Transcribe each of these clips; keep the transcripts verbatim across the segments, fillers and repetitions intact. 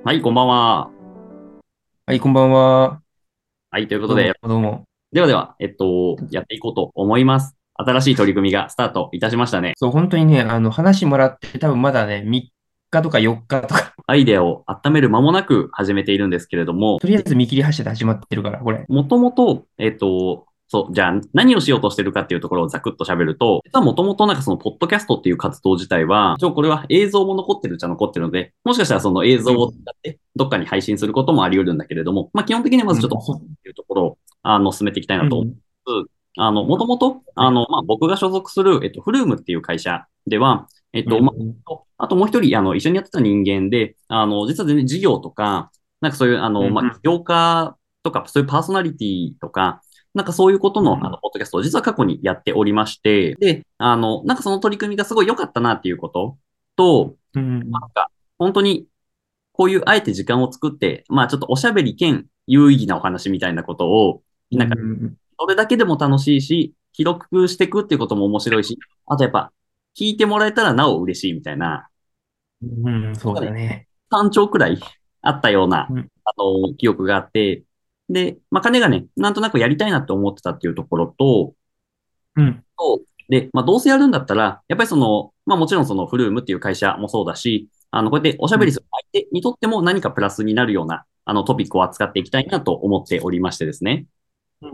はい、こんばんは。 はい、こんばんは。 はい、ということで、 どうも、どうも。 ではでは、えっと、やっていこうと思います。新しい取り組みがスタートいたしましたね。 そう、本当にね、あの、話もらって多分まだね、みっかとかよっかとか、 アイデアを温める間もなく始めているんですけれども、 とりあえず見切り発車で始まってるから、これ。 もともと、えっと、そう、じゃあ何をしようとしてるかっていうところをざくっと喋ると、実はもともとなんかそのポッドキャストっていう活動自体は、一応これは映像も残ってるっちゃ残ってるので、もしかしたらその映像を使うん。 ってどっかに配信することもあり得るんだけれども、まあ基本的にはまうん、 ずちょっとそっていうところをあの進めていきたいなと思いうん。 ます。あの、もともと、 はい。 あの、まあ僕が所属する、えっと、フルームっていう会社では、えっうと、まん。 あ、あともう一人、あの、一緒にやってた人間で、あの、実は全然事業とか、なんかそういう、あの、まあ、 うん。 起業家とか、そういうパーソナリティとか、なんかそういうことの、あの、 うん。 ポッドキャストを実は過去にやっておりまして、で、あの、なんかその取り組みがすごい良かったなっていうことと、 うん。 なんか、本当に、こういうあえて時間を作って、まあちょっとおしゃべり兼有意義なお話みたいなことを、 うなんか、 ん。 それだけでも楽しいし、広くしていくっていうことも面白いし、あとやっぱ、聞いてもらえたらなお嬉しいみたいな、 うん。そうだね。 さんちょうくらいあったような、 うん。 あの、記憶があって、で、まあ、金がね、なんとなくやりたいなって思ってたっていうところと、 うん。 とで、まあ、どうせやるんだったら、やっぱりその、まあ、もちろんそのフルームっていう会社もそうだし、あの、こうやっておしゃうん。 べりする相手にとっても何かプラスになるような、あの、トピックを扱っていきたいなと思っておりましてですね。 うん。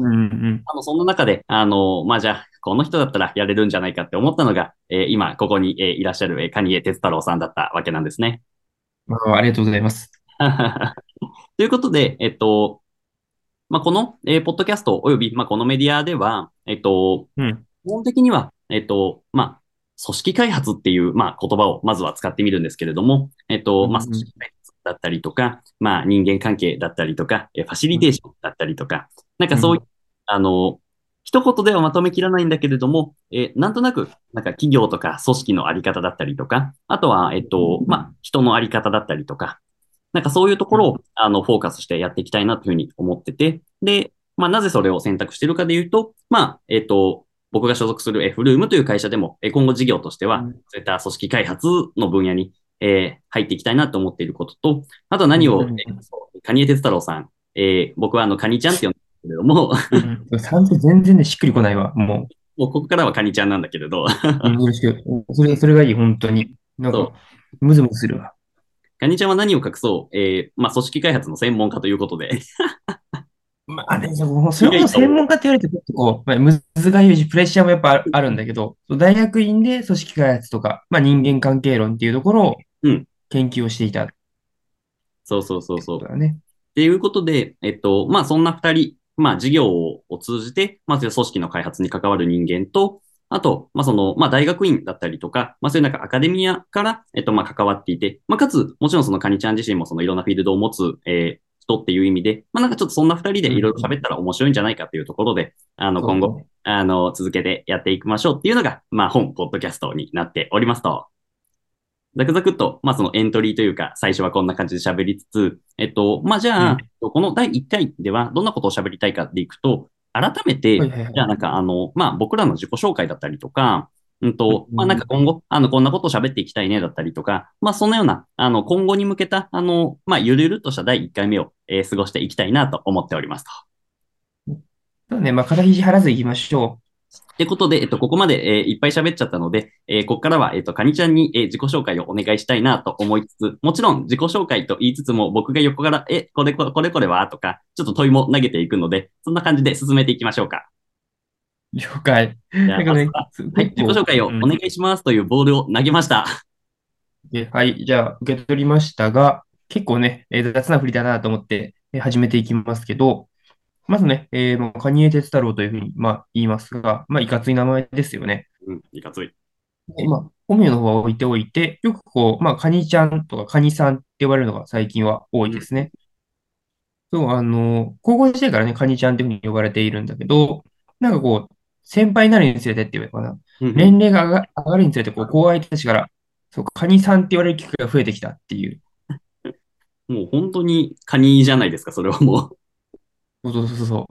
あの、そんな中で、あの、まあ、じゃあ、この人だったらやれるんじゃないかって思ったのが、えー今、ここに、えーいらっしゃる、えー、蟹江哲太郎さんだったわけなんですね。 あ、ありがとうございます。 ということで、えっと、まあ、この、えーポッドキャストおよび、まあ、このメディアでは、えっと、 うん。 基本的には、えっと、まあ、組織開発っていう、まあ、言葉をまずは使ってみるんですけれども、えっと、まあ、組うん。 織開発だったりとか、まあ、人間関係だったりとか、えファシリテーうん。 ションだったりとか、なんかそういう、 うん。 あの、一言ではまとめきらないんだけれども、えーなんとなく、なんか企業とか組織のあり方だったりとか、あとは、えっと、まあ、人のあり方だったりとか、なんかそういうところを、あの、フォーカスしてやっていきたいなというふうに思ってて、で、まあ、なぜそれを選択しているかでいうと、まあ、えっと、僕が所属する F ルームという会社でも、え今後事業としては、 うん。 そういった組織開発の分野に、えー入っていきたいなと思っていることと、あとは何を、 うん。 えーそう蟹江哲太郎さん、えー僕はあの、カニちゃんって呼んでるんですけれども、 うん。さんって全然ね、しっくりこないわ。ももうここからはカニちゃんなんだけれど、 う、うん、よろしく。それ、それがいい、本当に。なんか、 そう、 ムズムズするわ。 カニちゃんは何を隠そう、えーまあ、組織開発の専門家ということで、 まあね、そそれこそ意外と、 専門家って言われてちょっとこう、まあ、むずがゆいし、プレッシャーもやっぱあるあるんだけど、そう大学院で組織開発とか、まあ、人間関係論っていうところをうん、 研究をしていたっそうそうそうそう。 てことだね。 っていうことで、えっと、まあ、そんな二人、まあ、事業を通じて、まず組織の開発に関わる人間と、あと、まあ、その、まあ、大学院だったりとか、まあ、そういうなんかアカデミアから、えっと、まあ、関わっていて、まあ、かつ、もちろんそのカニちゃん自身もそのいろんなフィールドを持つ、えー人っていう意味で、まあ、なんかちょっとそんな二人でうん。 いろいろ喋ったら面白いんじゃないかっていうところで、あの、今後、 そうね。 あの、続けてやっていきましょうっていうのが、まあ、本、ポッドキャストになっておりますと。ざくざくっと、まあそのエントリーというか、最初はこんな感じで喋りつつ、えっと、まあじゃあ、 うん。 このだいいっかいではどんなことを喋りたいかでいくと、改めて、 はいはいはい。 じゃあなんかあの、まあ僕らの自己紹介だったりとか、うんと、まあなんうん。 か今後、あの、こんなことを喋っていきたいねだったりとか、まあそのような、あの、今後に向けた、あの、まあゆるゆるっとしただいいっかいめを、えー過ごしていきたいなと思っておりますと。 そうね、まあ、肩肘張らずいきましょってことで、えっと、ここまで、えーいっぱい喋っちゃったので、えーここからは、えっと、カニちゃんに、えー自己紹介をお願いしたいなと思いつつ、もちろん自己紹介と言いつつも、僕が横から、え、これこれ、これこれはとか、ちょっと問いも投げていくので、そんな感じで進めていきましょうか。 う。了解。 じゃあ、 なんかね、 まずは、はい、 結構、 自己紹介をうん。 お願いしますというボールを投げました。 ではい、じゃあ、受け取りましたが、結構ね、えー雑な振りだなと思って、えー始めていきますけど、まずね、えー、もう、蟹江哲太郎というふうに、まあ、言いますが、まあ、いかつい名前ですよね。 うん、いかつい。 でまあ、本名の方は置いておいて、よくこう、まあ、カニちゃんとかカニさんって呼ばれるのが最近は多いうん、 ですね。そう、あの、高校時代からね、カニちゃんっていうふうに呼ばれているんだけど、なんかこう、先輩になるにつれてっていうのかな。 うん、うん。 年齢が上が上がるにつれて、こう、後輩たちから、そう、カニさんって言われる機会が増えてきたっていう。 もう本当にカニじゃないですか、それはもう。 そうそうそうそう。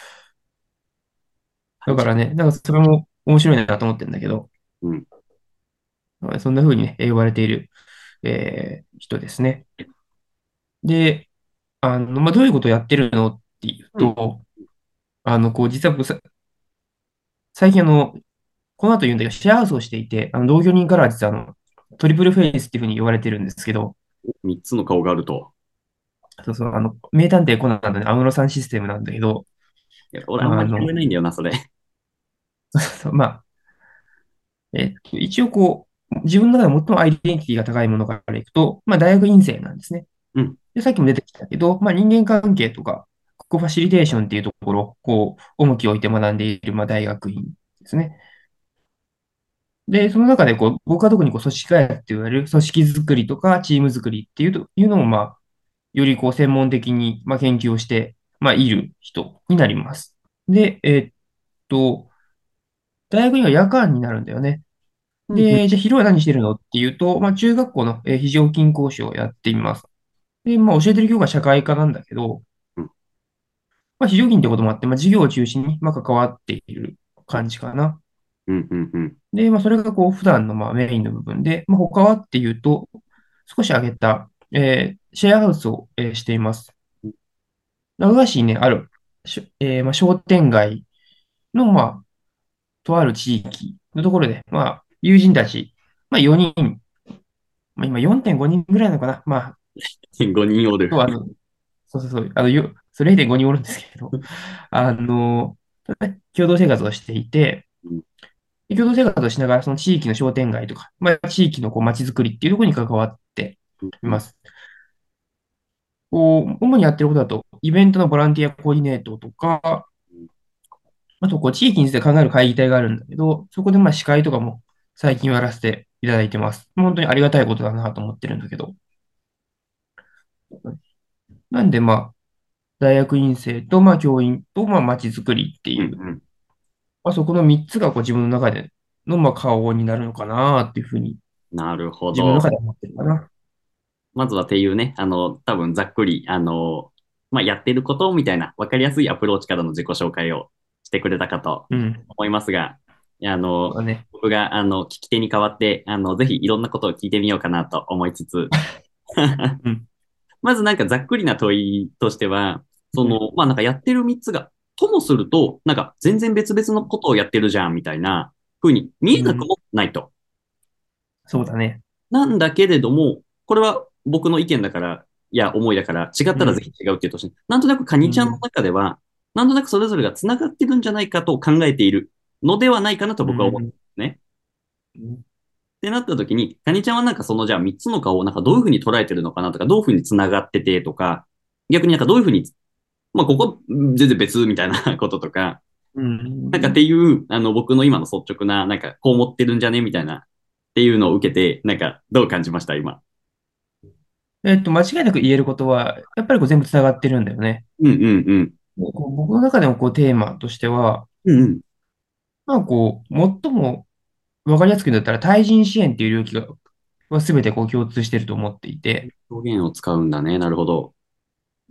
カニちだからね、なんかそれも面白いなと思ってるんだけど、 ゃん。うん。 まあそんな風にね、呼ばれている、えー人ですね。 で、あの、まあ、どういうことをやってるのっていううん。 と、あの、こう、実は僕さ、最近あの、この後言うんだけど、シェアハウスをしていて、あの、同居人からは実はあの、トリプルフェイスっていうふうに言われてるんですけど、 三つの顔があると。 そうそう、あの、名探偵コナンのね、安室さんシステムなんだけど、 いや俺あんまあ、 まりやあの、 めないんだよな、それ。 そうまあ、えっと、一応こう、自分の中で最もアイデンティティが高いものからいくと、まあ、大学院生なんですね。 うん。 で、さっきも出てきたけど、まあ、人間関係とか、ここファシリテーションっていうところ、こう、重きを置いて学んでいる、まあ、大学院ですね。で、その中で、こう、僕は特にこう組織開発って言われる組織づくりとかチームづくりっていうと、いうのを、まあ、よりこう、専門的に、まあ、研究をして、まあ、いる人になります。で、えーっと、大学には夜間になるんだよね。 うん。うん。 で、じゃあ昼は何してるのっていうと、まあ、中学校のえー非常勤講師をやっています。で、まあ、教えてる教科は社会科なんだけど、 うん。 まあ、非常勤ってこともあって、まあ、授業を中心に、まあ、関わっている感じかな。 うん。うん。うん。 で、まあ、それがこう、普段のまあメインの部分で、まあ、他はっていうと、少し上げた、えーシェアハウスを、えーしています。名古屋市にね、ある、しえーまあ、商店街の、まあ、とある地域のところで、まあ、友人たち、まあ、よにん、まあ、今よんてんごにんぐらいなのかな。まあ、 ごにんおる。 と、あの、そうそうそう、あの、よ、それれいてんごにんおるんですけど、あの、ね共同生活をしていて、 うん。 で共同生活をしながら、その地域の商店街とか、まあ、地域のこう街づくりっていうところに関わってうん。うん。 います。こう、主にやってることだと、イベントのボランティアコーディネートとか、あと、こう、地域について考える会議体があるんだけど、そこでまあ司会とかも最近やらせていただいてます。本当にありがたいことだなと思ってるんだけど。なんでまあ、大学院生とまあ教員とまあ街づくりってうん。 いう、 うん。 まあ、そこのみっつがこう自分の中でのまあ顔になるのかなっていうふうになるほ自分のど。 中で思ってるかな。 まずはっていうね、あの、多分ざっくり、あの、まあ、やってることみたいな、わかりやすいアプローチからの自己紹介をしてくれたかとうん。 思いますが、いやあの、 そうだね。 僕が、あの、聞き手に代わって、あの、ぜひいろんなことを聞いてみようかなと思いつつ、 うん。 まずなんかざっくりな問いとしては、そうん。 の、まあなんかやってるみっつが、ともすると、なんか全然別々のことをやってるじゃんみたいな風に見うん。 えなくもないと。 そうだね。 なんだけれども、これは僕の意見だから、いや、思いだから、違ったらぜうん。 ひ違うっていうとして、なんとなくカニちゃんのうん。 中では、なんとなくそれぞれが繋がってるんじゃないかと考えているのではないかなと僕は思うんでうん。 すね。 うん。 ってなった時に、カニちゃんはなんかそのじゃあみっつの顔をなんかどういうふうに捉えてるのかなとか、どういうふうに繋がっててとか、逆になんかどういうふうに、まあここ全然別みたいなこととか、 うなんかっん。 ていう、あの僕の今の率直な、なんかこう思ってるんじゃねみたいな、っていうのを受けて、なんかどう感じました今？ えっと、間違いなく言えることは、やっぱりこう全部つながってるんだよね。 うんうんうん。 こう僕の中でもこうテーマとしては、 うんうん。 まあこう、最もわかりやすく言うんだったら、対人支援っていう領域が、は全てこう共通していると思っていて、 表現を使うんだね。なるほど。 うん、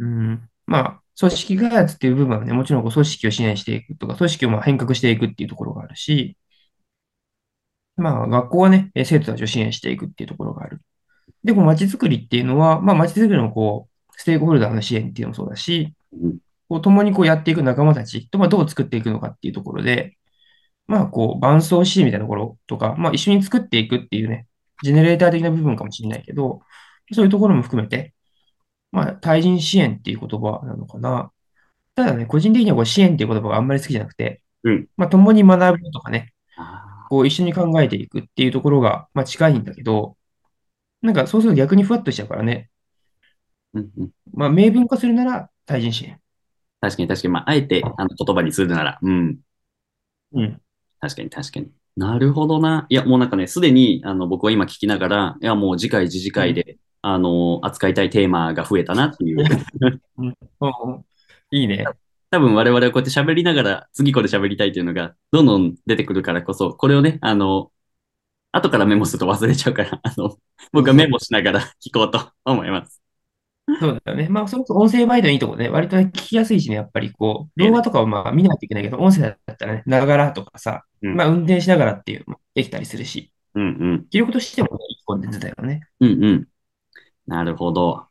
まあ、組織開発っていう部分はね、もちろんこう組織を支援していくとか、組織をまあ変革していくっていうところがあるし、まあ、学校はね、え生徒たちを支援していくっていうところがある。で、こう街づくりっていうのは、まあ、街づくりのこう、ステークホルダーの支援っていうのもそうだし、 うん。 こう共にこうやっていく仲間たちと、まあ、どう作っていくのかっていうところで、まあ、こう、伴走支援みたいなところとか、まあ、一緒に作っていくっていうね、ジェネレーター的な部分かもしれないけど、そういうところも含めて、まあ、対人支援っていう言葉なのかな。ただね、個人的にはこう支援っていう言葉があんまり好きじゃなくて、 うん。 まあ、共に学ぶとかね、 あこう、一緒に考えていくっていうところが、まあ、近いんだけど、なんかそうすると逆にふわっとしちゃうからね、 ー、うんうん。 まあ、明文化するなら対人支援。 確かに確かに。まあ、あえてあの言葉にするなら。うん。 うん。 確かに確かに。なるほどな。いや、もうなんかね、すでにあの僕は今聞きながら、いや、もう次回次次うん。 回で、あの、扱いたいテーマが増えたなっていう。 うん。うん。いいね。 多分我々はこうやって喋りながら、次これ喋りたいというのが、どんどん出てくるからこそ、これをね、あの、後からメモすると忘れちゃうから、あの、僕はメそうそう。 モしながら聞こうと思います。 そうだよね。まあ、それこそ音声媒体のいいところね、割とね、聞きやすいしね、やっぱりこう、 いやね。 動画とかをまあ見ないといけないけど、音声だったらね、ながらとかさ、 うん。 まあ、運転しながらっていう、まあできたりするし、 うんうん。 記録としてもねいいコンテンツだよね。 うんうん。なるほど。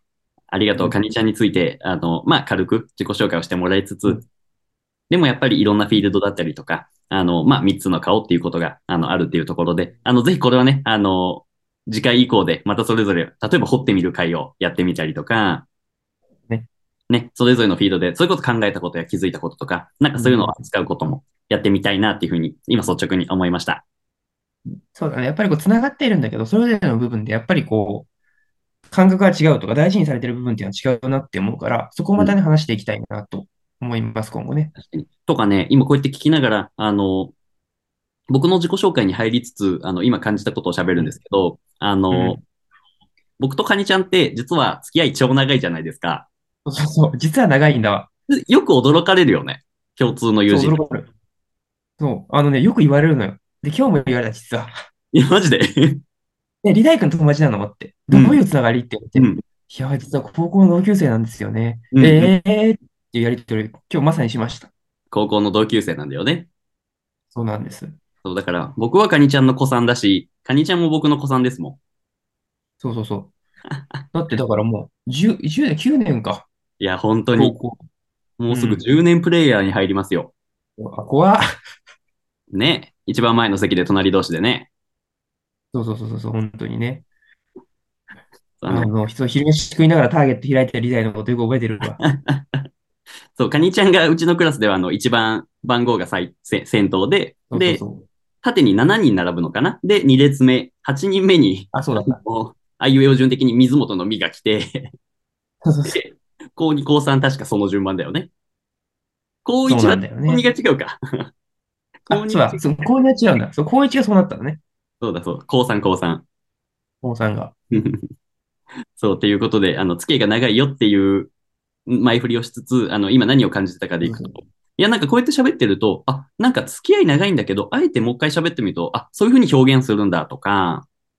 ありがとう。 うん。 カニちゃんについて、あの、まあ、軽く自己紹介をしてもらいつつ、 うん。 でもやっぱりいろんなフィールドだったりとか、あの、まあ、みっつの顔っていうことが、あの、あるっていうところで、あの、ぜひこれはね、あの、次回以降で、またそれぞれ、例えば掘ってみる回をやってみたりとか、 ね。 ね、それぞれのフィールドで、そういうこと考えたことや気づいたこととか、なんかそういうのうん。 を扱うこともやってみたいなっていうふうに、今率直に思いました。 そうだね。やっぱりこう、つながっているんだけど、それぞれの部分でやっぱりこう、感覚が違うとか、大事にされている部分っていうのは違うなって思うから、そこをうん。 またね、話していきたいなと思います、今後ね。 確かに。とかね、今こうやって聞きながら、あの、僕の自己紹介に入りつつ、あの、今感じたことを喋るんですうん。 けど、あの、 うん。 僕とカニちゃんって実は付き合い超長いじゃないですか。 そうそうそう。実は長いんだわ。 よく驚かれるよね。共通の友そう、 人。 驚かる。そう。あのね、よく言われるのよ。で、今日も言われた、実は。 いや、マジで。 え、リダイ君友達なのって。 うん、 どういうつながりって言って。 うん、 いや、実は高校の同級生なんですよね。 うん、うん。 えーっていうやりとり、今日まさにしました。 高校の同級生なんだよね。 そうなんです。 そう、だから、僕はカニちゃんの子さんだし、カニちゃんも僕の子さんですもそうそうそう。だって、だからもう、じゅう、じゅうねん、きゅうねんか。 ん。いや、本当に。 高校。 もうすぐうん。 じゅうねんプレイヤーに入りますよ。 あ、怖っ。 ね。一番前の席で隣同士でね。 そうそうそうそう、本当にね。 あの、 あの、人、昼飯食いながらターゲット開いたリダイのことよく覚えてるわ。 そう、カニちゃんがうちのクラスでは、あの、一番番号が最せ先頭で、 そうそうで、 そう。 縦にしちにん並ぶのかな。で、に列目、はちにんめに、 あ、そうだった。 あの、あいうえお順的に水本のみが来て、 そうそうそう。 で、高に、高さん確かその順番だよね。高そういちはなんだよね。 高にが違うか。高あ、 にそうだ。そう、高には違うんだ。そう、高いちがそうなったのね。 そうだそう。高さん、高さん。 高さんが。 そう、ということで、あの、付き合いが長いよっていう前振りをしつつ、あの、今何を感じてたかでいくと、 そうそう。 いや、なんかこうやって喋ってると、あ、なんか付き合い長いんだけど、あえてもう一回喋ってみると、あ、そういうふうに表現するんだとか、 うん。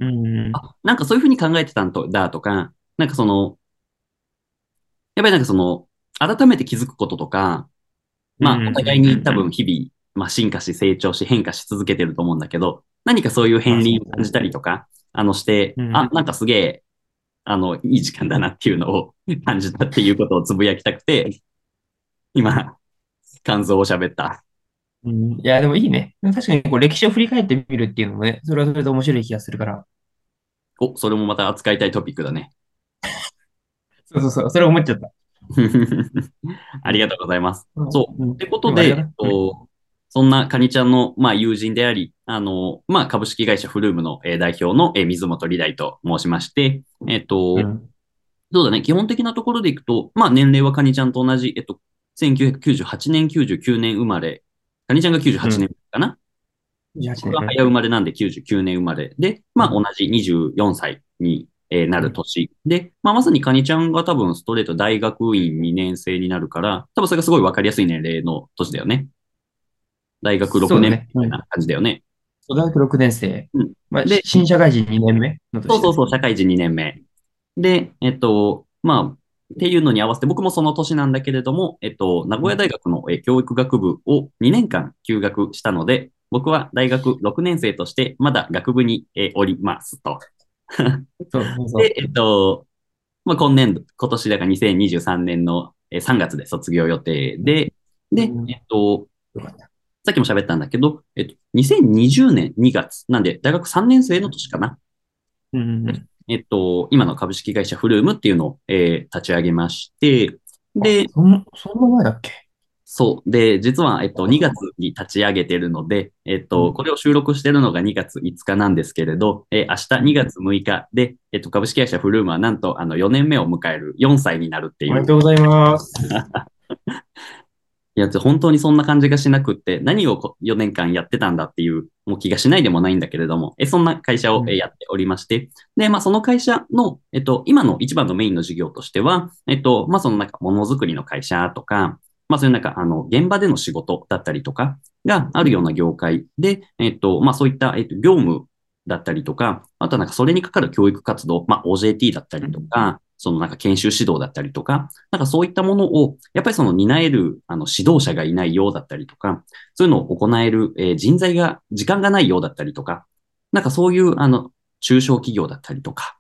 あ、なんかそういうふうに考えてたんだとか、なんかその、やっぱりなんかその、改めて気づくこととか、 うん。 まあ、おうん。 互いに多うん。 分日々、まあ、進化し、成長し、変化し続けてると思うんだけど、何かそういうまあ、 片鱗を感じそうそたりとか、あの、して、 う。うん。 あ、なんかすげえ、あの、いい時間だなっていうのを感じたっていうことをつぶやきたくて、今、感想を喋った。 うん。いや、でもいいね。確かにこう歴史を振り返ってみるっていうのもね、それはそれで面白い気がするから。 お、それもまた扱いたいトピックだね。 そうそうそう。それ思っちゃった。 ありがとうございます。 うん。 そう。 うん。 ってことで、えっでもありがとう。うん。 と、そんなカニちゃんの、まあ、友人であり、あの、まあ、株式会社フルームの、えー代表の、えー水本理大と申しまして、えっと、 うん。 そうだね、基本的なところでいくと、まあ、年齢はカニちゃんと同じ、えっと、せんきゅうひゃくきゅうじゅうはちねん、きゅうじゅうきゅうねん生まれ、カニちゃんが98 うん。 年かな。 じゅうはちねん。 僕はうん。 早生まれなんできゅうじゅうきゅうねん生まれで、まあ、同うん。 じにじゅうよんさいに、えーなうん。 る年で、まあ、まさにカニちゃんが多分ストレート大学院にねん生になるから、多分それがすごいわかりやすい年齢の年だよね。大学6年みそうだね。うん。 たいな感じだよね。 大学ろくねん生。 うん。 まあ、しで、 新社会人にねんめの年だね。 そうそうそう、社会人にねんめ。で、えっと、まあ、っていうのに合わせて、僕もその年なんだけれども、えっと、名古屋うん。 大学のえ教育学部をにねんかん休学したので、僕は大学ろくねん生としてまだ学部にえおりますと。 そうそうそで、えっと、まあ、今年度、今年だからにせんにじゅうさんねんのえさんがつで卒業予定で、 う。うで、 ん。 えっと、 よかった。 さっきも喋ったんだけど、えっと、にせんにじゅうねんにがつ、なんで大学さんねん生の年かな。 うん。うん。 えっと、今の株式会社フルームっていうのを、えー立ち上げまして、 あ、 で、 そん、そんな前だっけ？ そう。で、実は、えっと、にがつに立ち上げてるので、えっと、こうん。 れを収録してるのがにがついつかなんですけれど、えー明日にがつむいかで、えっと、株式会社フルームはなんと、あの、よねんめを迎えるよんさいになるっていう、 おめでとうございます。 いや、本当にそんな感じがしなくって、何をこよねんかんやってたんだっていう、もう気がしないでもないんだけれども、え、そんな会社をえうん。 やっておりまして、で、まあ、その会社の、えっと、今の一番のメインの事業としては、えっと、まあ、そのなんかものづくりの会社とか、まあ、そういうなんか、あの、現場での仕事だったりとかがあるような業界で、えっと、まあ、そういった、えっと、業務だったりとか、あとはなんかそれにかかる教育活動、まあ、オージェーティー だったりとか、そのなんか研修指導だったりとか、なんかそういったものを、やっぱりその担えるあの指導者がいないようだったりとか、そういうのを行える、えー人材が、時間がないようだったりとか、なんかそういうあの中小企業だったりとか、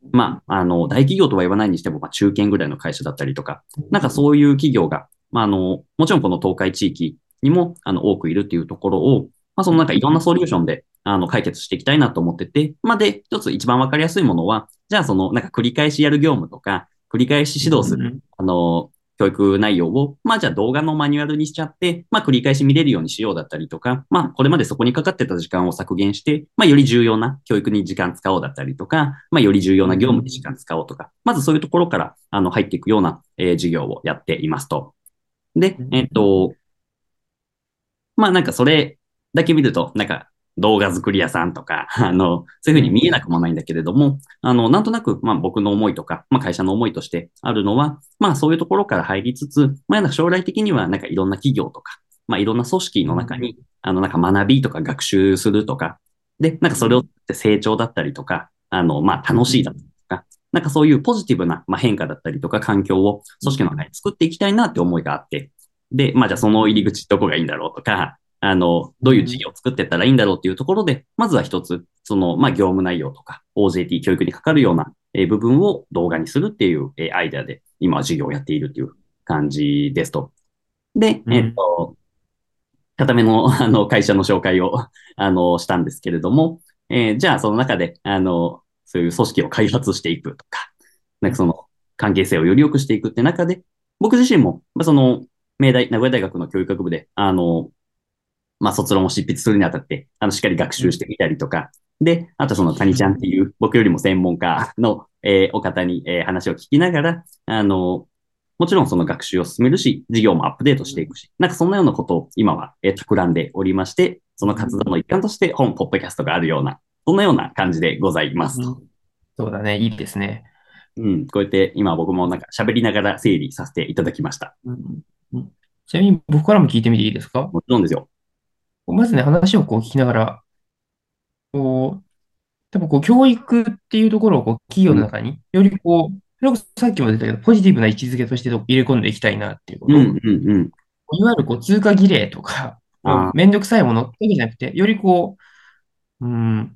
まあ、あの、大企業とは言わないにしても、まあ、中堅ぐらいの会社だったりとか、なんかそういう企業が、まあ、あの、もちろんこの東海地域にも、あの、多くいるっていうところを、まあ、そのなんかいろんなソリューションで、あの、解決していきたいなと思ってて、まあ、で、一つ一番わかりやすいものは、じゃあその、なんか繰り返しやる業務とか、繰り返し指導する、あの、教育内容を、まあじゃあ動画のマニュアルにしちゃって、まあ繰り返し見れるようにしようだったりとか、まあこれまでそこにかかってた時間を削減して、まあより重要な教育に時間使おうだったりとか、まあより重要な業務に時間使おうとか、まずそういうところからあの入っていくような、えー授業をやっていますと。で、えっと、まあなんかそれだけ見ると、なんか動画作り屋さんとか、あの、そういうふうに見えなくもないんだけれども、あの、なんとなく、まあ僕の思いとか、まあ会社の思いとしてあるのは、まあそういうところから入りつつ、まあなんか将来的にはなんかいろんな企業とか、まあいろんな組織の中に、あのなんか学びとか学習するとか、で、なんかそれを成長だったりとか、あの、まあ楽しいだったりとか、なんかそういうポジティブな、まあ、変化だったりとか環境を組織の中に作っていきたいなって思いがあって、で、まあじゃあその入り口どこがいいんだろうとか、あの、どういう事業を作っていったらいいんだろうっていうところで、まずは一つ、その、まあ業務内容とか オージェーティー 教育にかかるような、えー部分を動画にするっていう、えーアイデアで今は授業をやっているっていう感じですと。で、えっと、固めの、あの、会社の紹介を、あの、したんですけれども、えーじゃあその中で、あの、そういう組織を開発していくとか、なんかその関係性をより良くしていくって中で、僕自身も、まあ、その、明大、名古屋大学の教育学部で、あの、まあ、卒論を執筆するにあたって、あの、しっかり学習してみたりとか、で、あとその谷ちゃんっていう僕よりも専門家の、えーお方に、えー話を聞きながら、あの、もちろんその学習を進めるし、授業もアップデートしていくし、なんかそんなようなことを今は、えー、企んでおりまして、その活動の一環として本、ポッドキャストがあるような、そんなような感じでございますと。 そうだね、いいですね。 うん、こうやって今僕もなんか喋りながら整理させていただきました。 ちなみに僕からも聞いてみていいですか？ もちろんですよ。 まずね、話をこう聞きながら、こう、多分こう教育っていうところをこう企うん、 業の中によりこう、それこそさっきも出たけど、ポジティブな位置づけとして入れ込んでいきたいなっていうこうん、 と。 うん、うん。 いわゆるこう通過儀礼とか、こうあめんどくさいものってわけじゃなくて、よりこう、うん、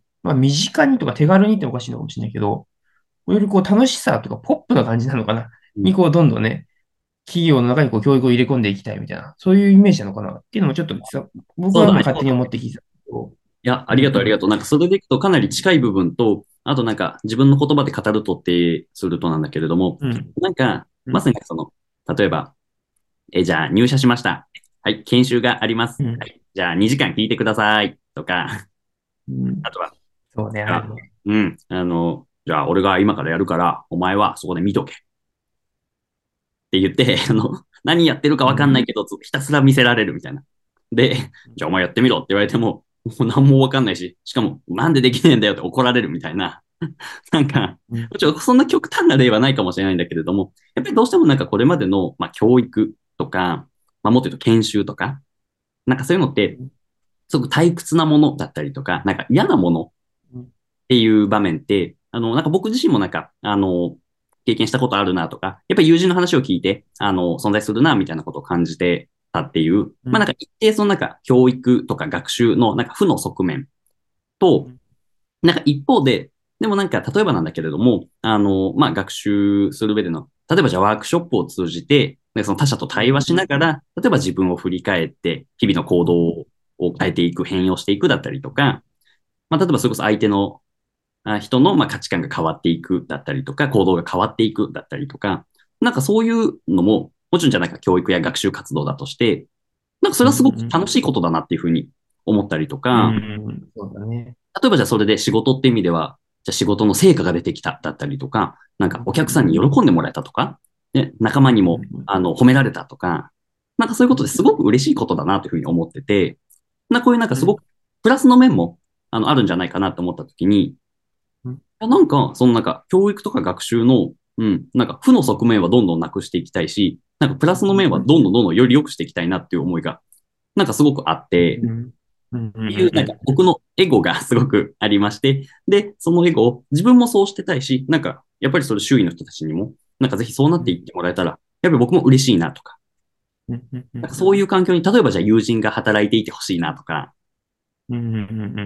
まあ身近にとか手軽にっておかしいのかもしれないけど、よりこう楽しさとかポップな感じなのかなうん、 にこうどんどんね、企業の中にこう教育を入れ込んでいきたいみたいな、そういうイメージなのかなっていうのもちょっと実は僕そうだね。 は今勝手に思って聞いてたけど、 いや、あうん、 りがとう、ありがとう。なんか、それでいくとかなり近い部分と、あとなんか、自分の言葉で語るとってするとなんだけれども、 うん、 なんか、 うん、 まさにその、例えば、え、じゃあ入社しました。はい、研修があります。 うん、 はい、じゃあにじかん聞いてください。とか、 うん。 あとは、 そうね、 じゃああるね。 うん、あの、じゃあ俺が今からやるから、お前はそこで見とけ。って言って、あの、何やってるかわかんうん、 ないけど、ひたすら見せられるみたいな。で、じゃあお前やってみろって言われても、もう何もわかんないし、しかも、なんでできねえんだよって怒られるみたいな。なんか、 うん、 ちょそんな極端な例はないかもしれないんだけれども、やっぱりどうしてもなんかこれまでの、まあ、教育とか、まあ、もっと言うと研修とか、なんかそういうのって、すごく退屈なものだったりとか、なんか嫌なものうん、 っていう場面って、あの、なんか僕自身もなんか、あの、経験したことあるなとか、やっぱり友人の話を聞いて、あの、存在するな、みたいなことを感じてたっていう、 うん、 まあなんか一定そのなんか教育とか学習のなんか負の側面と、なんか一方で、でもなんか例えばなんだけれども、あの、まあ学習する上での、例えばじゃあワークショップを通じて、でその他者と対話しながら、例えば自分を振り返って、日々の行動を変えていく、変容していくだったりとか、まあ例えばそれこそ相手のあ人のまあ価値観が変わっていくだったりとか、行動が変わっていくだったりとか、なんかそういうのも、もちろんじゃなんか教育や学習活動だとして、なんかそれはすごく楽しいことだなっていうふうに思ったりとうか、 ん、そうだね。 例えばじゃあそれで仕事って意味では、じゃあ仕事の成果が出てきただったりとか、なんかお客さんに喜んでもらえたとか、ね、仲間にもあの褒められたとか、なんかそういうことですごく嬉しいことだなというふうに思ってて、なこういうなんかすごくプラスの面もあのあるんじゃないかなと思ったときに、やなんか、そのなんか、教育とか学習の、うん、なんか、負の側面はどんどんなくしていきたいし、なんか、プラスの面はどんどんどんどんより良くしていきたいなっていう思いが、なんかすごくあって、っていう、なんか、僕のエゴがすごくありまして、で、そのエゴを自分もそうしてたいし、なんか、やっぱりそれ周囲の人たちにも、なんかぜひそうなっていってもらえたら、やっぱり僕も嬉しいなとか、なんかそういう環境に、例えばじゃあ友人が働いていてほしいなとか、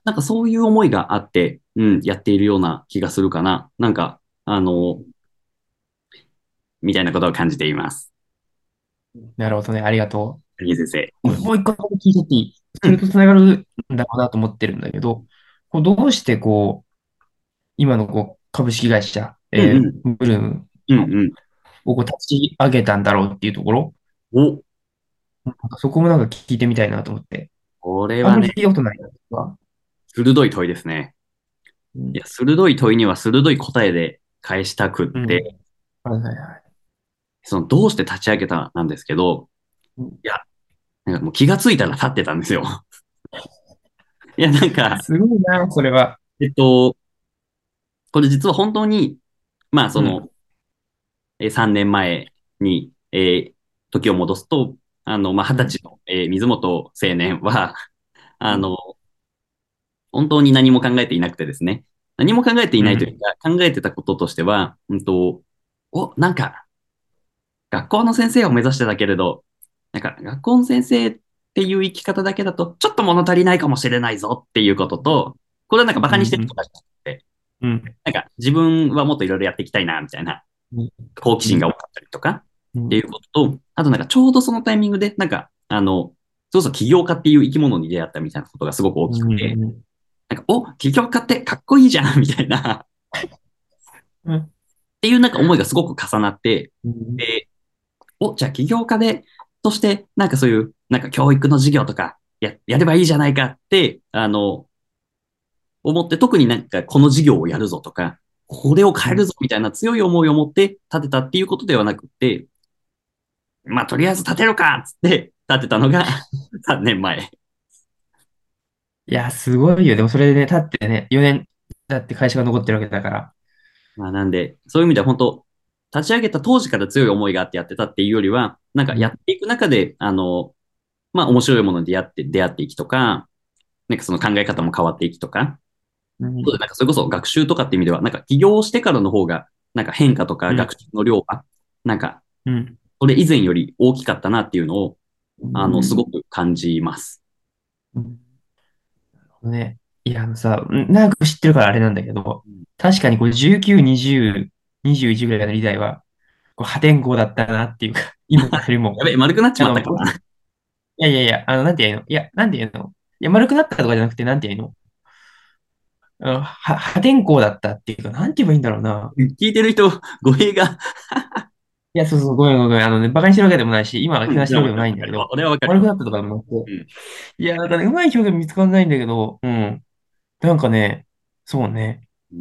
なんかそういう思いがあって、うん、やっているような気がするかな。なんか、あの、みたいなことを感じています。 なるほどね。ありがと谷先生。 う。もうもう一個聞いてていい？ うん、 それとつながるんだろうなと思ってるんだけど、こうどうしてこう、今のこう株式会社、 うん、 えうん、 ーブルームうん、うん。 をこう立ち上げたんだろうっていうところ、 お、 なんかそこもなんか聞いてみたいなと思って。あんまりこれはね、 聞いたことないわ。 鋭い問いですね。 うん。 いや、鋭い問いには鋭い答えで返したくっうん。 て、 はいはいはい。 その、どうして立ち上げたなんですけど、 うん。 いや、なんかもう気がついたら立ってたんですよ。いや、なんか、 すごいな、それは。 えっと、これ実は本当に、まあ、そうん。 の、えーさんねんまえに、えー時を戻すと、あの、まあ、 うん。 はたちの、えー水本青年は、 うん。 あの、本当に何も考えていなくてですね、何も考えていうん。 ないというか、考えてたこととしては、うんと、お、なんか、学校の先生を目指してたけれど、なんか、学校の先生っていう生き方だけだと、ちょっと物足りないかもしれないぞっていうことと、これはなんかバカにしてるうん。 とかじゃなくて、 うん。 なんか自分はもっといろいろやっていきたいな、みたいなうん。 好奇うん。 心が多かったりとか、 うん。 っていうことと、あとなんかちょうどそのタイミングで、なんか、あの、そうそう起業家っていう生き物に出会ったみたいなことがすごく大うきくて、 ん。 なんか、お、起業家ってかっこいいじゃんみたいな、っうん。 ていうなんか思いがすごく重なって、 うん。 で、お、じゃあ起業家で、として、なんかそういう、なんか教育の授業とかや、やればいいじゃないかって、あの、思って、特になんかこの授業をやるぞとか、これを変えるぞみたいな強い思いを持って立てたっていうことではなくて、まあ、とりあえず立てるかっつって立てたのがさんねんまえ。 いや、すごいよ。でもそれでね、経ってね、よねんだって会社が残ってるわけだから。 まあ、なんで、そういう意味では本当、立ち上げた当時から強い思いがあってやってたっていうよりは、なんかうん。 やっていく中で、あの、まあ、面白いものに出会って、出会っていきとか、なんかその考え方も変わっていきとか、 うん。 そうでなんかそれこそ学習とかっていう意味では、なんか起業してからの方が、なんか変化とかうん。 学習の量が、なんか、 うん。 それ以前より大きかったなっていうのを、 うあの、すごん。 く感じます。 うん。ね。いや、あのさ、長く知ってるからあれなんだけど、 うん、 確かにこうじゅうきゅう、にじゅう、にじゅういちぐらいの時代は、こう破天荒だったなっていうか、今よりも。 やべえ、丸くなっちあの、 まったかな。 いやいやいや、あの、なんて言うのいや、なんて言うのいや、丸くなったとかじゃなくて、なんて言うのあの、は、破天荒だったっていうか、なんて言えばいいんだろうな。 聞いてる人、語弊が、 いや、そうそう、ごめんごめん。あのね、バカにしてるわけでもないし、今はうん、 話してるわけでもわかるわかる。 ないんだけど、 俺はわかるよ。 悪くなったとかでもなくて、 うん。 いや、なんかね、うまい表現見つかんないんだけど、うん。なんかね、そうね、 うん。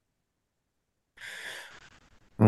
うん。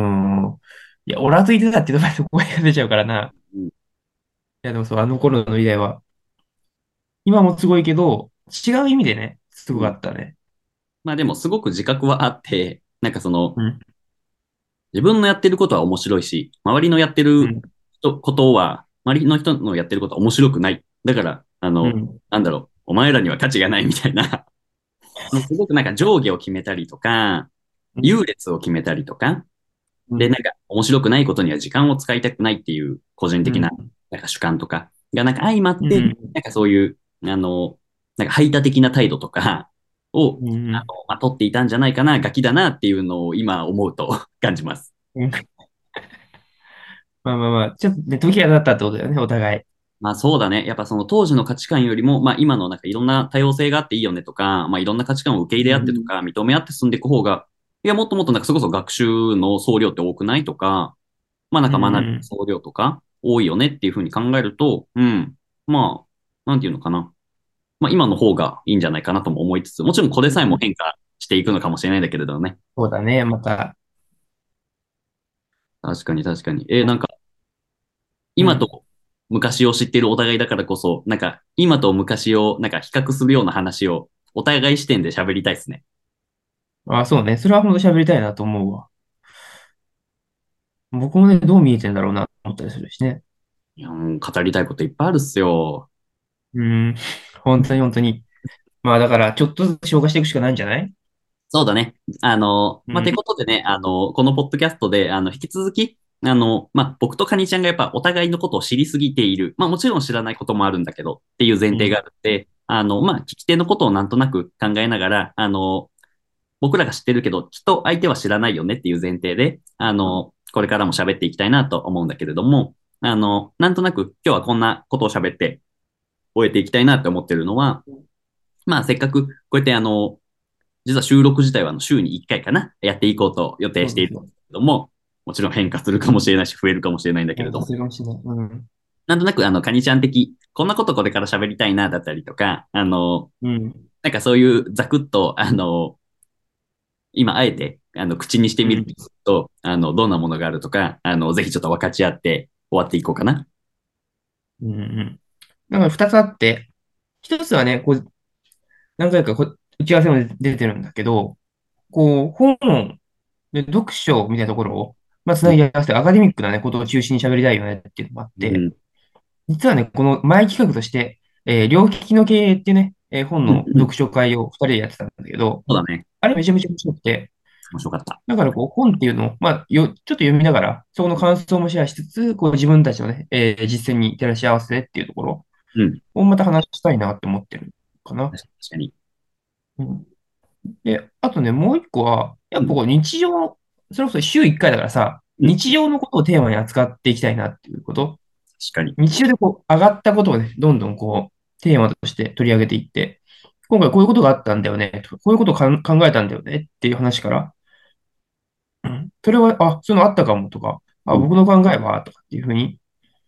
いや、オラついてたって言うと、そこが出ちゃうからな。 うん。 いや、でもそう、あの頃の時代は、今もすごいけど、違う意味でね、すごかうん。 ったね。 まあでも、すごく自覚はあって、なんかその、 うん。 自分のやってることは面白いし、周りのやってるうん。 人ことは、周りの人のやってることは面白くない。だから、あの、 うん。 なんだろう、お前らには価値がないみたいな、もうすごくなんか上下を決めたりとか、 うん。 優劣を決めたりとか、で、なんうん。 か面白くないことには時間を使いたくないっていう個人的な、 うん。 なんか主観とかがなんか相まって、 うん。 なんかそういう、あの、なんか排他的な態度とかを、 うん。 あの、まあ、取っていたんじゃないかな、ガキだなっていうのを今思うと感じます。 うん。まあまあまあ、ちょっとね、時が経ったってことだよね、お互い。 まあそうだね。やっぱその当時の価値観よりも、まあ今のなんかいろんな多様性があっていいよねとか、まあいろんな価値観を受け入れ合ってとうん。 か、認め合って進んでいく方が、いやもっともっとなんかそれこそ学習の総量って多くないとか、まあなんうか学びのん。 総量とか多いよねっていうふうに考えると、うん。まあ、なんていうのかな。まあ今の方がいいんじゃないかなとも思いつつ、もちろんこれさえも変化していくのかもしれないんだけれどね。 そうだね、また。 確かに確かに。えーなんかうん。 今と昔を知っているお互いだからこそ、なんか今と昔をなんか比較するような話をお互い視点で喋りたいですね。 あ、そうね。それは本当喋りたいなと思うわ。僕もね、どう見えてんだろうなと思ったりするしね。 いや、もう語りたいこといっぱいあるっすよ。 うん。本当に本当に。まあだから、ちょっとずつ消化していくしかないんじゃない？ そうだね。あの、まあ、てうん。 ことでね、あの、このポッドキャストで、あの、引き続き、あの、まあ、僕とカニちゃんがやっぱお互いのことを知りすぎている。まあ、もちろん知らないこともあるんだけど、っていう前提がうん。 あるんで、 あの、まあ、聞き手のことをなんとなく考えながら、あの、僕らが知ってるけど、きっと相手は知らないよねっていう前提で、あの、これからも喋っていきたいなと思うんだけれども、あの、なんとなく今日はこんなことを喋って終えていきたいなって思ってるのは、まあ、せっかくこうやってあの、実は収録自体はあの週にいっかいかな、やっていこうと予定しているんですそうそう。 けども、もちろん変化するかもしれないし、増えるかもしれないんだけれ変化ども、 するかもしれない。うん。 なんとなくあの、カニちゃん的、こんなことこれから喋りたいな、だったりとか、あの、 うん。 なんかそういうざくっと、あの、今あえて、あの、口にしてみるうん。 と、あの、どんなものがあるとか、あの、ぜひちょっと分かち合って終わっていこうかな。 うん。うん。だから二つあって、一つはね、こう、何回かこ打ち合わせも出てるんだけど、こう、本で読書みたいなところを、まあ、つうん、 なぎ合わせてアカデミックなね、ことを中心に喋りたいよねっていうのもあって、 うん、 実はね、この前企画として、えー両利きの経営っていうね、えー本うん、 のうん。 読書会をふたりでやってたんだけど、 そうだね。 あれめちゃめちゃ面白くて、 面白かった。 だからこう本っていうのを、まあ、よ、ちょっと読みながら、そこの感想もシェアしつつ、こう自分たちのね、えー実践に照らし合わせてっていうところうん。 をまた話したいなって思ってるかな。 確かに。 うん、で、あとね、もう一個は、やうん。 っぱこう日常、それこそ週いっかいだからさ、 うん。 日常のことをテーマに扱っていきたいなっていうこと。 確かに。 日常でこう上がったことをね、どんどんこう、テーマとして取り上げていって、今回こういうことがあったんだよね、とか、こういうことをかん考えたんだよねっていう話から、うん、それは、あ、そういうのあったかもとか、あ、 うん。 僕の考えは、とかっていうふうに、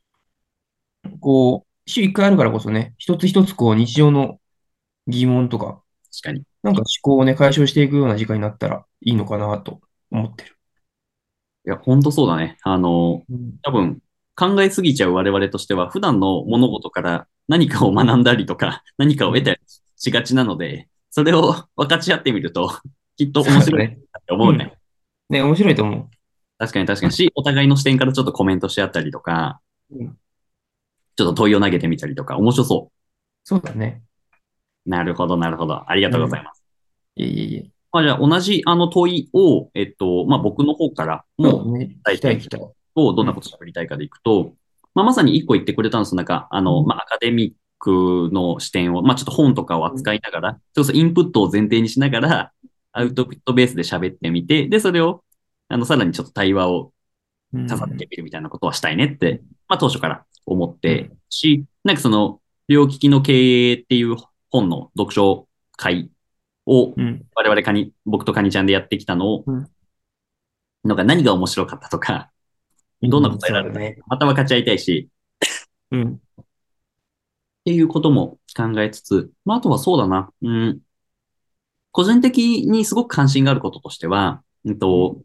こう、週いっかいあるからこそね、一つ一つこう、日常の疑問とか、 確かに。いなんか思考をね、解消していくような時間になったらいいのかなと思ってる。 や、ほんとそうだね。あの、 うん。 多分、考えすぎちゃう我々としては、普段の物事から何かを学んだりとか、何かを得たりしがちなので、それを分かち合ってみると、きっと面白いそうだね。 なって思うね。 うん。ね、面白いと思確かに確かにし、お互いの視点からちょっとコメントし合ったりとか、 う。うん。 ちょっと問いを投げてみたりとか、面白そそうだね。 う。なるほど、なるほど。ありがとうございうん。 ます。 いえいえいえ。 まあ、じゃあ、同じあの問いを、えっと、まあ、僕の方からもそうだね。聞伝えてきたい聞きたい。 と、どんなこうん。 とを喋りたいかでいくと、まあ、まさに一個言ってくれたんです。なんか、あの、 うん。 まあ、アカデミックの視点を、まあ、ちょっと本とかをうん。 扱いながら、そうそう、インプットを前提にしながら、アウトプットベースで喋ってみて、で、それを、あの、さらにちょっと対話をう重ねてん。 みるみたいなことはしたいねって、まあ、当初から思ってうん。 し、なんかその、両利きの経営っていう本の読書会を、 うん。 我々カニ、僕とカニちゃんでやってきたのを、 うん。 のが何が面白かったとか、どんなうん。 答えられたか、 そうだね。 また分かち合いたいし、 うん。 っていうことも考えつつ、まあ、あとはそうだな、うん、個人的にすごく関心があることとしては、うんと、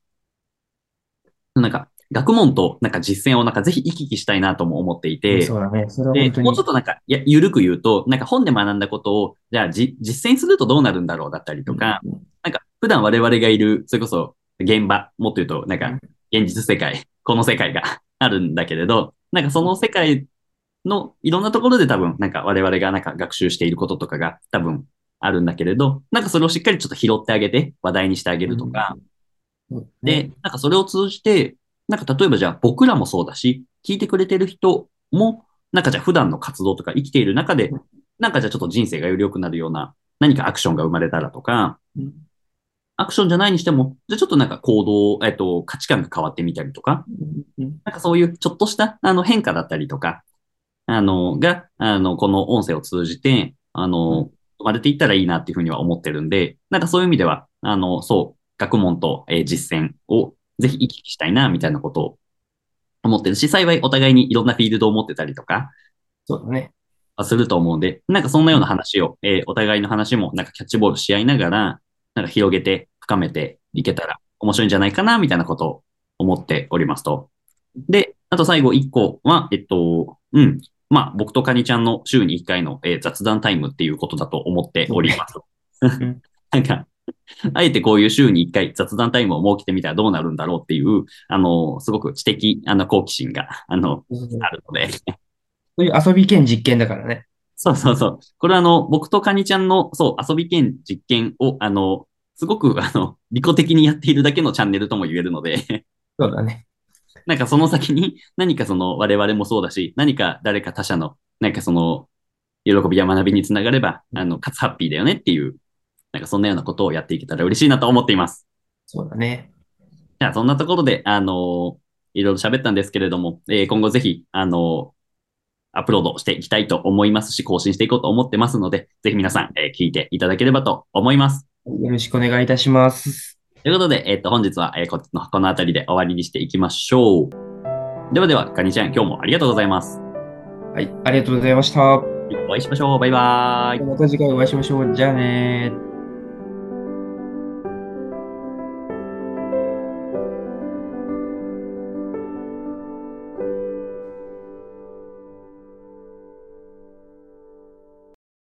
なんか、学問となんか実践をなんかぜひ行き来したいなとも思っていうん。 て、 そうだね。それは本で、 当に。 もうちょっとなんか、いや、ゆるく言うと、なんか本で学んだことを、じゃあじ実践するとどうなるんだろうだったりうん。 とか、 うん。 なんか普段我々がいる、それこそ現場、もっと言うと、なんかうん。 現実世界、この世界があるんだけれど、なんかその世界のいろんなところで多分、なんか我々がなんか学習していることとかが多分あるんだけれど、なんかそれをしっかりちょっと拾ってあげて話題にしてあげうん。 るとか、 そうね。 で、なんかそれを通じて、なんか例えばじゃあ僕らもそうだし、聞いてくれてる人も、なんかじゃあ普段の活動とか生きている中で、 うん。 なんかじゃあちょっと人生がより良くなるような何かアクションが生まれたらとか、 うん。 アクションじゃないにしても、じゃあちょっとなんか行動、えっと、価値観が変わってみたりとか、 うん。 なんかそういうちょっとしたあの変化だったりとか、あの、が、あの、この音声を通じて、あの、 うん。 生まれていったらいいなっていうふうには思ってるんで、なんかそういう意味では、あの、そう、学問と、えー実践をぜひ行き来したいな、みたいなことを思ってるし、幸いお互いにいろんなフィールドを持ってたりとかそうだね。 すると思うんで、なんかそんなようなうん。 話を、えーお互いの話もなんかキャッチボールし合いながら、なんか広げて、深めていけたら面白いんじゃないかな、みたいなことを思っておりますと。で、あと最後いっこは、えっと、うん。まあ、僕とカニちゃんの週にいっかいの、えー雑談タイムっていうことだと思ってそうね。 おります。 うん。 なんか、あえてこういう週にいっかい雑談タイムを設けてみたらどうなるんだろうっていう、あの、すごく知的、あの、好奇心が、あの、 そうそう。 あるので、 そういう遊び兼実験だからね。 そうそうそう。これはあの、僕とカニちゃんの、そう、遊び兼実験を、あの、すごく、あの、利己的にやっているだけのチャンネルとも言えるので、 そうだね。 なんかその先に何かその我々もそうだし、何か誰か他者の、なんかその喜びや学びにつながれば、あの、かつハッピーだよねっていう、なんかそんなようなことをやっていけたら嬉しいなと思っています。 そうだね。 じゃあ、そんなところで、あのいろいろ喋ったんですけれども、えー今後ぜひ、あのアップロードしていきたいと思いますし、更新していこうと思ってますので、ぜひ皆さん、えー聞いていただければと思います。 よろしくお願いいたします。 ということで、えっと、本日は、えーこの、この辺りで終わりにしていきましょう。ではでは、カニちゃん、今日もありがとうございます。 はい、ありがとうございました。 お会いしましょう。バイバーイ。 また次回お会いしましょう。じゃあねー。